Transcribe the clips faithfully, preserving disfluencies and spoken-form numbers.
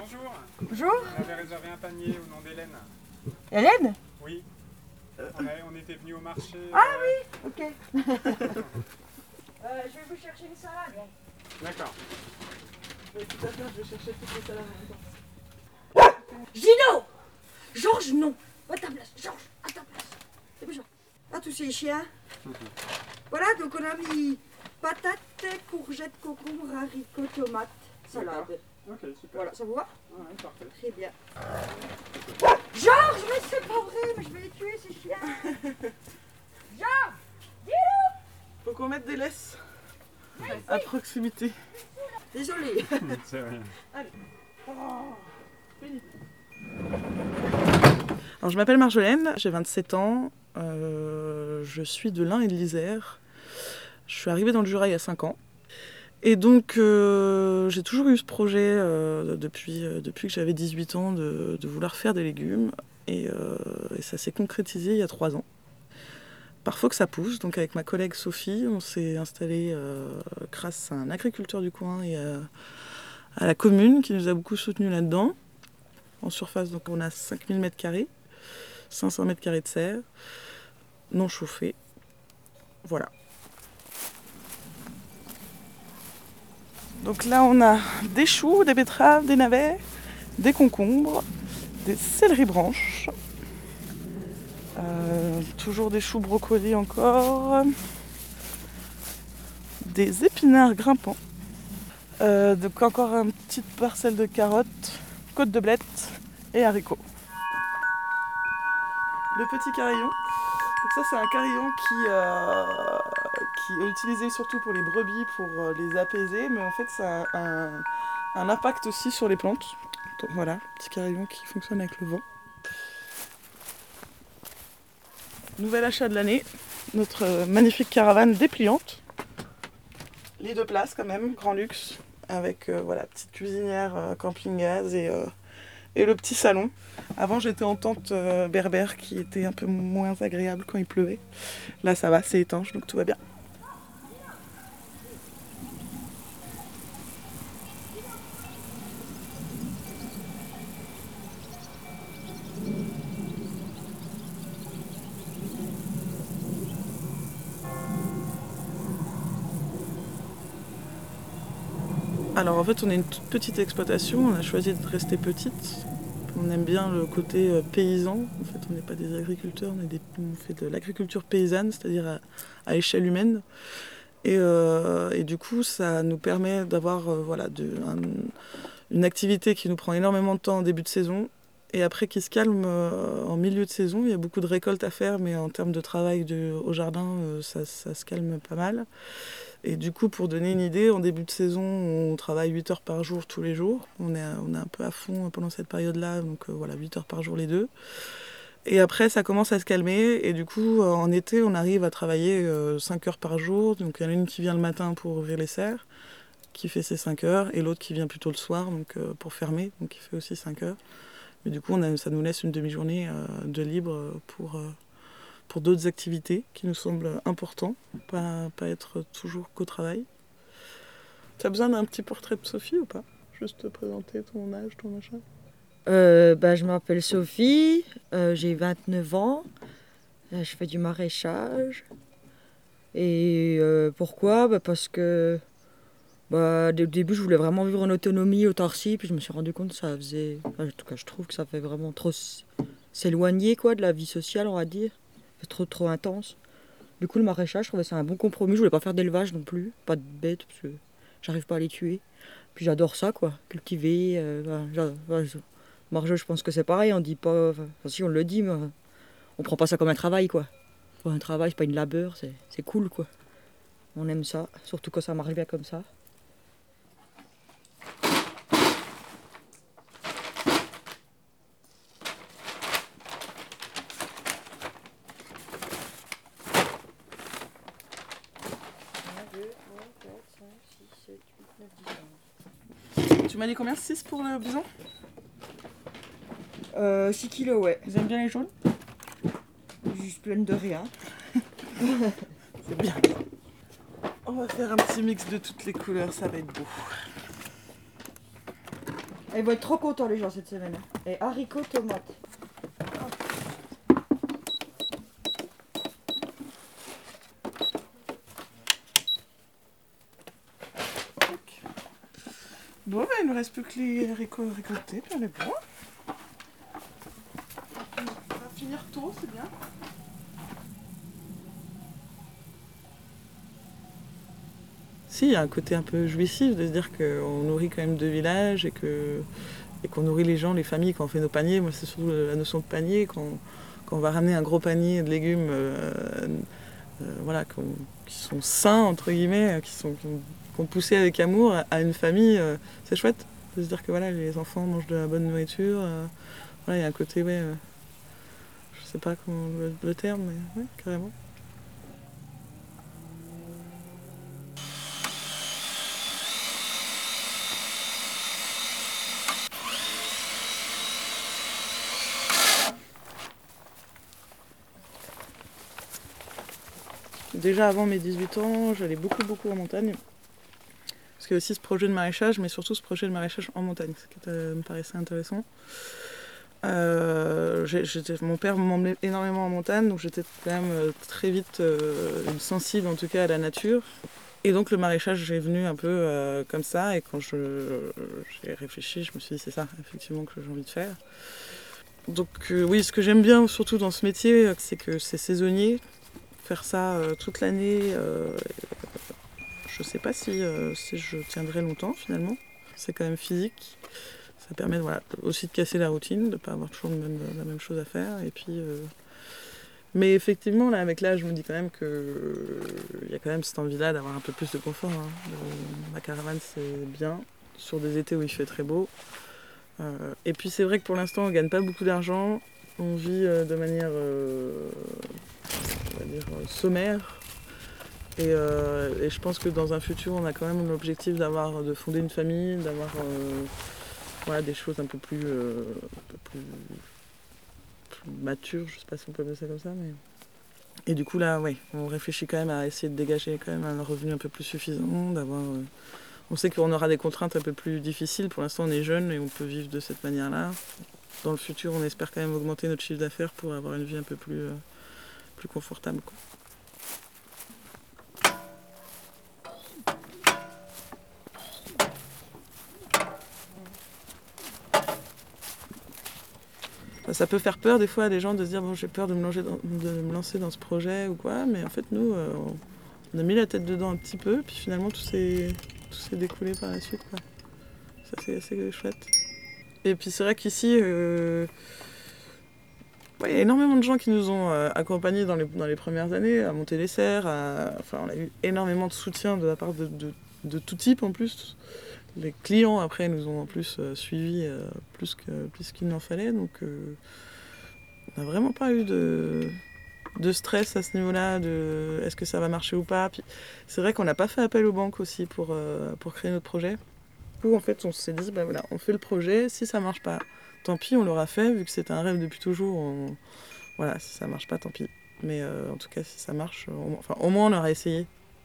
Bonjour. Bonjour. On avait réservé un panier au nom d'Hélène. Hélène? Oui. On, a, on était venu au marché. Ah euh... oui, ok. euh, je vais vous chercher une salade. D'accord. Oui, tout à fait, je vais chercher toutes les salades en même temps. Gino! Georges, non. À ta place, Georges, à ta place. C'est bon, à tous ces chiens. Mm-hmm. Voilà, donc on a mis patates, courgettes, concombres, haricots, tomates, salade. Ok, super. Voilà, ça vous va? Ouais, parfait. Très bien. Georges, mais c'est pas vrai, mais je vais les tuer ces chiens. Georges, dis-le. Faut qu'on mette des laisses à proximité. Désolée. C'est rien. Allez. Oh, Alors je m'appelle Marjolaine, j'ai vingt-sept ans, euh, je suis de l'Ain et de l'Isère. Je suis arrivée dans le Jura il y a cinq ans. Et donc euh, j'ai toujours eu ce projet euh, depuis, euh, depuis que j'avais dix-huit ans de, de vouloir faire des légumes. Et, euh, et ça s'est concrétisé il y a trois ans. Parfois que ça pousse, donc avec ma collègue Sophie, on s'est installé euh, grâce à un agriculteur du coin et à, à la commune qui nous a beaucoup soutenus là-dedans. En surface, donc on a cinq mille mètres carrés, cinq cents mètres carrés de serre, non chauffé. Voilà. Donc là, on a des choux, des betteraves, des navets, des concombres, des céleri branches, euh, toujours des choux brocolis encore, des épinards grimpants, euh, donc encore une petite parcelle de carottes, côte de blettes et haricots. Le petit carillon, donc ça c'est un carillon qui, euh, qui est utilisé surtout pour les brebis, pour euh, les apaiser, mais en fait ça a un, un impact aussi sur les plantes. Donc voilà, petit carillon qui fonctionne avec le vent. Nouvel achat de l'année, notre magnifique caravane dépliante. Les deux places quand même, grand luxe, avec euh, voilà, petite cuisinière euh, camping-gaz et, euh, et le petit salon. Avant j'étais en tente euh, berbère qui était un peu moins agréable quand il pleuvait. Là ça va, c'est étanche donc tout va bien. Alors en fait on est une toute petite exploitation, on a choisi de rester petite. On aime bien le côté euh, paysan. En fait on n'est pas des agriculteurs, on, est des, on fait de l'agriculture paysanne, c'est-à-dire à, à échelle humaine. Et, euh, et du coup ça nous permet d'avoir euh, voilà, de, un, une activité qui nous prend énormément de temps en début de saison et après qui se calme euh, en milieu de saison. Il y a beaucoup de récoltes à faire mais en termes de travail de, au jardin euh, ça, ça se calme pas mal. Et du coup, pour donner une idée, en début de saison, on travaille huit heures par jour tous les jours. On est, on est un peu à fond pendant cette période-là, donc euh, voilà, huit heures par jour les deux. Et après, ça commence à se calmer. Et du coup, euh, en été, on arrive à travailler euh, cinq heures par jour. Donc il y en a une qui vient le matin pour ouvrir les serres, qui fait ses cinq heures, et l'autre qui vient plutôt le soir donc, euh, pour fermer, donc qui fait aussi cinq heures. Mais du coup, on a, ça nous laisse une demi-journée euh, de libre pour... Euh, pour d'autres activités qui nous semblent importantes, pas, pas être toujours qu'au travail. Tu as besoin d'un petit portrait de Sophie ou pas? Juste te présenter ton âge, ton machin. Euh, bah, je m'appelle Sophie, euh, j'ai vingt-neuf ans, euh, je fais du maraîchage. Et euh, pourquoi? Bah, parce que bah, dès le début, je voulais vraiment vivre en autonomie, autarcie, puis je me suis rendu compte que ça faisait... Enfin, en tout cas, je trouve que ça fait vraiment trop s'éloigner quoi, de la vie sociale, on va dire. C'est trop, trop intense. Du coup, le maraîchage, je trouvais ça un bon compromis. Je voulais pas faire d'élevage non plus, pas de bêtes, parce que j'arrive pas à les tuer. Puis j'adore ça, quoi, cultiver. Euh, enfin, Marge, je pense que c'est pareil, on dit pas... Enfin, si on le dit, mais on prend pas ça comme un travail, quoi. Un travail, c'est pas une labeur, c'est, c'est cool, quoi. On aime ça, surtout quand ça marche bien comme ça. Tu m'as dit combien? six pour le bison? Euh, six kilos, ouais. Vous aimez bien les jaunes? Juste pleine de rien. C'est bien. On va faire un petit mix de toutes les couleurs, ça va être beau. Ils vont être trop contents les gens cette semaine. Et haricots, tomates. Bon, bah, il ne reste plus que les haricots récoltés, puis on est bon. On va finir tôt, c'est bien. Si, il y a un côté un peu jouissif de se dire qu'on nourrit quand même deux villages et que et qu'on nourrit les gens, les familles quand on fait nos paniers. Moi, c'est surtout la notion de panier, quand, quand on va ramener un gros panier de légumes euh, euh, voilà, qui sont sains, entre guillemets, qui sont, qu'on poussé avec amour à une famille, euh, c'est chouette de se dire que voilà, les enfants mangent de la bonne nourriture. Euh, voilà, il y a un côté, ouais, euh, je sais pas comment le, le terme, mais ouais, carrément. Déjà avant mes dix-huit ans, j'allais beaucoup beaucoup en montagne. Parce qu'il y a aussi ce projet de maraîchage, mais surtout ce projet de maraîchage en montagne, ce qui était, me paraissait intéressant. Euh, j'ai, mon père m'emmenait énormément en montagne, donc j'étais quand même très vite euh, sensible en tout cas à la nature. Et donc le maraîchage est venu un peu euh, comme ça, et quand je, j'ai réfléchi, je me suis dit c'est ça effectivement que j'ai envie de faire. Donc euh, oui, ce que j'aime bien surtout dans ce métier, c'est que c'est saisonnier. Faire ça euh, toute l'année, euh, je sais pas si, euh, si je tiendrai longtemps finalement. C'est quand même physique. Ça permet voilà, aussi de casser la routine, de ne pas avoir toujours le même, la même chose à faire. Et puis, euh... Mais effectivement, là, avec l'âge, je me dis quand même qu'il euh, y a quand même cette envie-là d'avoir un peu plus de confort. Hein. Le, ma caravane, c'est bien, sur des étés où il fait très beau. Euh, et puis c'est vrai que pour l'instant, on ne gagne pas beaucoup d'argent. On vit euh, de manière euh, on va dire, euh, sommaire. Et, euh, et je pense que dans un futur, on a quand même l'objectif d'avoir, de fonder une famille, d'avoir euh, voilà, des choses un peu plus, euh, un peu plus, plus matures, je sais pas si on peut appeler ça comme ça. Mais... Et du coup là, ouais, on réfléchit quand même à essayer de dégager quand même un revenu un peu plus suffisant, d'avoir... Euh, on sait qu'on aura des contraintes un peu plus difficiles. Pour l'instant, on est jeune et on peut vivre de cette manière-là. Dans le futur, on espère quand même augmenter notre chiffre d'affaires pour avoir une vie un peu plus, euh, plus confortable, quoi. Ça peut faire peur des fois à des gens de se dire bon, j'ai peur de me, lancer dans, de me lancer dans ce projet ou quoi, mais en fait nous euh, on a mis la tête dedans un petit peu, puis finalement tout s'est, tout s'est découlé par la suite, quoi. Ça c'est assez chouette. Et puis c'est vrai qu'ici euh, ouais, il y a énormément de gens qui nous ont euh, accompagnés dans les, dans les premières années, à monter les serres, à, enfin on a eu énormément de soutien de la part de, de, de tout type en plus. Les clients, après, nous ont en plus euh, suivis euh, plus, que, plus qu'il n'en fallait. Donc, euh, on n'a vraiment pas eu de, de stress à ce niveau-là, de est-ce que ça va marcher ou pas. Puis, c'est vrai qu'on n'a pas fait appel aux banques aussi pour, euh, pour créer notre projet. Du coup, en fait, on s'est dit, bah, voilà, on fait le projet. Si ça ne marche pas, tant pis, on l'aura fait. Vu que c'était un rêve depuis toujours, on... voilà, si ça ne marche pas, tant pis. Mais euh, en tout cas, si ça marche, on... enfin, au moins, on aura essayé.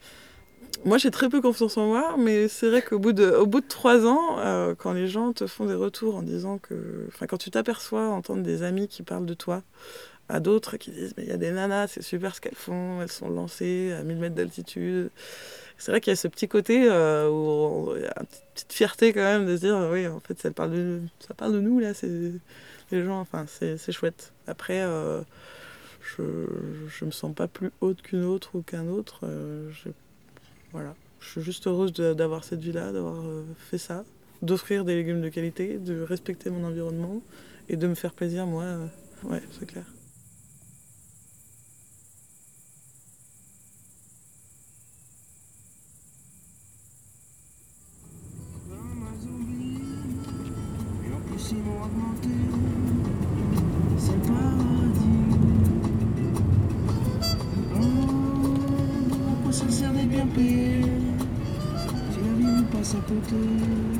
Moi, j'ai très peu confiance en moi, mais c'est vrai qu'au bout de, au bout de trois ans, euh, quand les gens te font des retours en disant que... Enfin, quand tu t'aperçois entendre des amis qui parlent de toi à d'autres qui disent « mais il y a des nanas, c'est super ce qu'elles font, elles sont lancées à mille mètres d'altitude ». C'est vrai qu'il y a ce petit côté euh, où il y a une petite fierté quand même de se dire « oui, en fait, ça parle de, ça parle de nous, là, c'est les gens, enfin, c'est, c'est chouette ». Après, euh, je ne me sens pas plus haute qu'une autre ou qu'un autre. Euh, j'ai Voilà. Je suis juste heureuse de, d'avoir cette vie-là, d'avoir euh, fait ça, d'offrir des légumes de qualité, de respecter mon environnement et de me faire plaisir, moi. Euh, ouais, c'est clair. Ça sert d'être bien payé si la vie nous passe à côté.